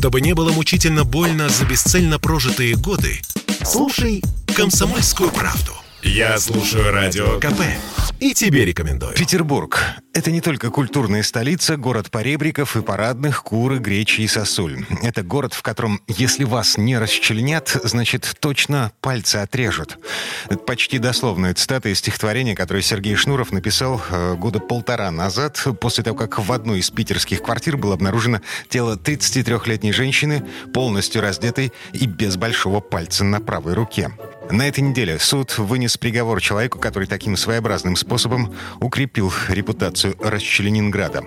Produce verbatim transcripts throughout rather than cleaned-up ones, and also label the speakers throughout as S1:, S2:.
S1: Чтобы не было мучительно больно за бесцельно прожитые годы, слушай «Комсомольскую правду». Я слушаю Радио КП и тебе рекомендую.
S2: Петербург — это не только культурная столица, город поребриков и парадных, куры, гречи и сосуль. Это город, в котором, если вас не расчленят, значит, точно пальцы отрежут. Это почти дословная цитата из стихотворения, которое Сергей Шнуров написал э, года полтора назад, после того, как в одной из питерских квартир было обнаружено тело тридцатитрёхлетней женщины, полностью раздетой и без большого пальца на правой руке. На этой неделе суд вынес приговор человеку, который таким своеобразным способом укрепил репутацию Расчленинграда.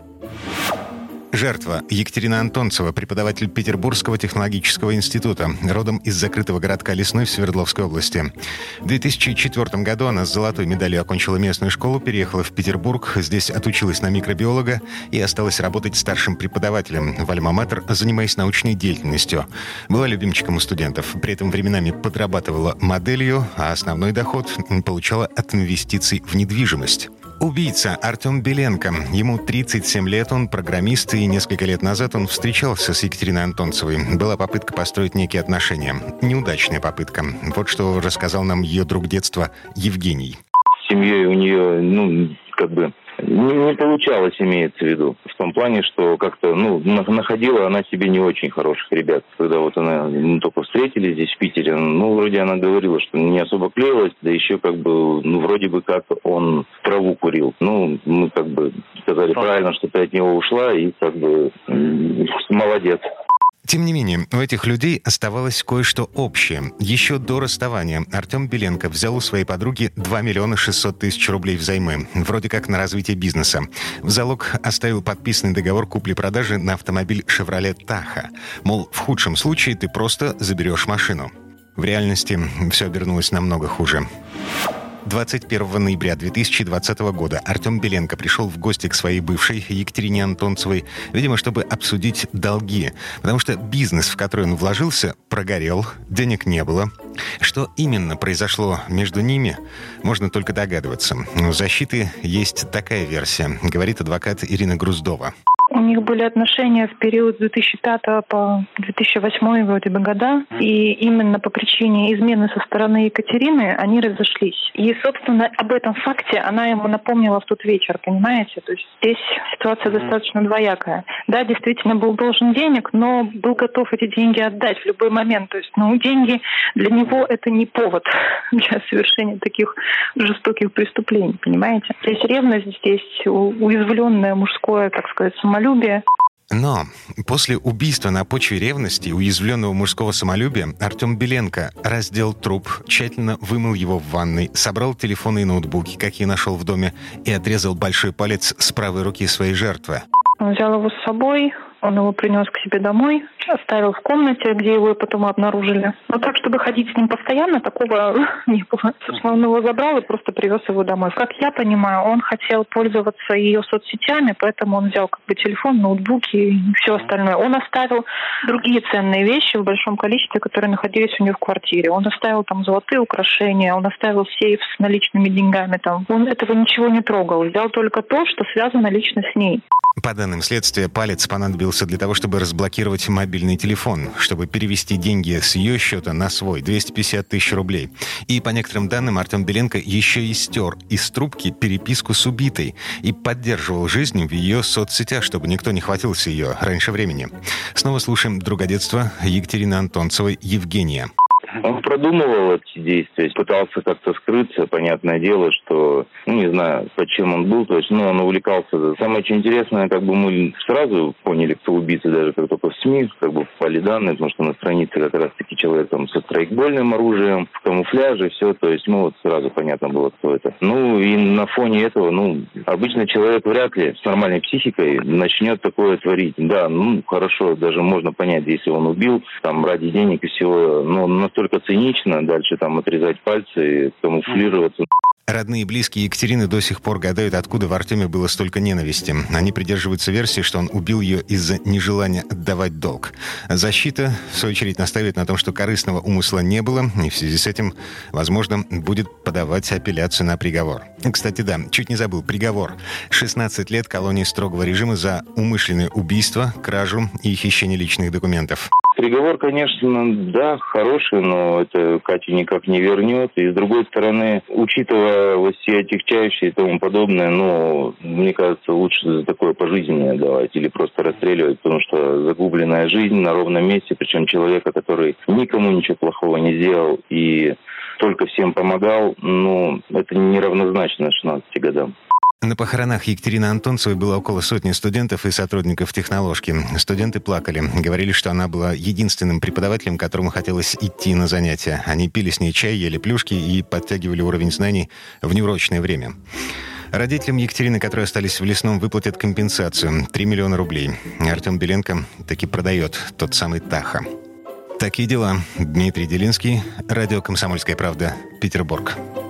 S2: Жертва Екатерина Антонцева, преподаватель Петербургского технологического института, родом из закрытого городка Лесной в Свердловской области. В две тысячи четвёртом году она с золотой медалью окончила местную школу, переехала в Петербург, здесь отучилась на микробиолога и осталась работать старшим преподавателем в Альма-Матер, занимаясь научной деятельностью. Была любимчиком у студентов, при этом временами подрабатывала моделью, а основной доход получала от инвестиций в недвижимость. Убийца Артем Беленко. Ему тридцать семь лет, он программист, и несколько лет назад он встречался с Екатериной Антонцевой. Была попытка построить некие отношения. Неудачная попытка. Вот что рассказал нам ее друг детства Евгений.
S3: С семьей у нее, ну, как бы... Не, не получалось, имеется в виду. В том плане, что как-то, ну, находила она себе не очень хороших ребят. Когда вот она, мы только встретились здесь, в Питере, ну, вроде она говорила, что не особо клеилась, да еще как бы, ну, вроде бы как он траву курил. Ну, мы как бы сказали правильно, что ты от него ушла, и как бы молодец.
S2: Тем не менее, у этих людей оставалось кое-что общее. Еще до расставания Артем Беленко взял у своей подруги два миллиона шестьсот тысяч рублей взаймы, вроде как на развитие бизнеса. В залог оставил подписанный договор купли-продажи на автомобиль «Шевроле Таха». Мол, в худшем случае ты просто заберешь машину. В реальности все обернулось намного хуже. двадцать первого ноября две тысячи двадцатого года Артем Беленко пришел в гости к своей бывшей Екатерине Антонцевой, видимо, чтобы обсудить долги, потому что бизнес, в который он вложился, прогорел, денег не было. Что именно произошло между ними, можно только догадываться. У защиты есть такая версия, говорит адвокат Ирина Груздова.
S4: У них были отношения в период с две тысячи пятого по две тысячи восьмой вроде бы года, и именно по причине измены со стороны Екатерины они разошлись. И, собственно, об этом факте она ему напомнила в тот вечер, понимаете? То есть здесь ситуация достаточно двоякая. Да, действительно был должен денег, но был готов эти деньги отдать в любой момент. То есть, ну, деньги для него это не повод для совершения таких жестоких преступлений, понимаете? Здесь ревность, здесь уязвленное мужское, так сказать, самолюбие.
S2: Но после убийства на почве ревности и уязвленного мужского самолюбия Артем Беленко раздел труп, тщательно вымыл его в ванной, собрал телефоны и ноутбуки, какие нашел в доме, и отрезал большой палец с правой руки своей жертвы.
S4: Он взял его с собой, он его принес к себе домой, оставил в комнате, где его потом обнаружили. Но так, чтобы ходить с ним постоянно, такого не было. Собственно, он его забрал и просто привез его домой. Как я понимаю, он хотел пользоваться ее соцсетями, поэтому он взял как бы телефон, ноутбуки и все остальное. Он оставил другие ценные вещи в большом количестве, которые находились у нее в квартире. Он оставил там золотые украшения, он оставил сейф с наличными деньгами. Там. Он этого ничего не трогал, взял только то, что связано лично с ней.
S2: По данным следствия, палец понадобился для того, чтобы разблокировать мобильный телефон, чтобы перевести деньги с ее счета на свой, двести пятьдесят тысяч рублей. И по некоторым данным, Артем Беленко еще и стер из трубки переписку с убитой и поддерживал жизнь в ее соцсетях, чтобы никто не хватился ее раньше времени. Снова слушаем друга детства Екатерины Антонцевой Евгения.
S3: Он продумывал эти действия, пытался как-то скрыться. Понятное дело, что, ну, не знаю, почему он был, то есть, ну, он увлекался. Самое очень интересное, как бы мы сразу поняли, кто убийца, даже как только в СМИ, как бы попали данные, потому что на странице как раз-таки человек там со страйкбольным оружием, в камуфляже, все, то есть, ну, вот сразу понятно было, кто это. Ну, и на фоне этого, ну, обычный человек вряд ли с нормальной психикой начнет такое творить. Да, ну, хорошо, даже можно понять, если он убил, там, ради денег и всего, но настолько цинично дальше там отрезать пальцы и камуфлироваться.
S2: Родные и близкие Екатерины до сих пор гадают, откуда в Артеме было столько ненависти. Они придерживаются версии, что он убил ее из-за нежелания отдавать долг. Защита, в свою очередь, настаивает на том, что корыстного умысла не было, и в связи с этим, возможно, будет подавать апелляцию на приговор. Кстати, да, чуть не забыл, приговор. шестнадцать лет колонии строгого режима за умышленное убийство, кражу и хищение личных документов.
S3: Приговор, конечно, да, хороший, но это Катю никак не вернет. И, с другой стороны, учитывая вот все отягчающие и тому подобное, ну, мне кажется, лучше за такое пожизненное давать или просто расстреливать, потому что загубленная жизнь на ровном месте, причем человека, который никому ничего плохого не сделал и только всем помогал, ну, это неравнозначно шестнадцати годам.
S2: На похоронах Екатерины Антонцевой было около сотни студентов и сотрудников техноложки. Студенты плакали. Говорили, что она была единственным преподавателем, которому хотелось идти на занятия. Они пили с ней чай, ели плюшки и подтягивали уровень знаний в неурочное время. Родителям Екатерины, которые остались в Лесном, выплатят компенсацию – три миллиона рублей. Артем Беленко таки продает тот самый Таха. Такие дела. Дмитрий Делинский, радио «Комсомольская правда», Петербург.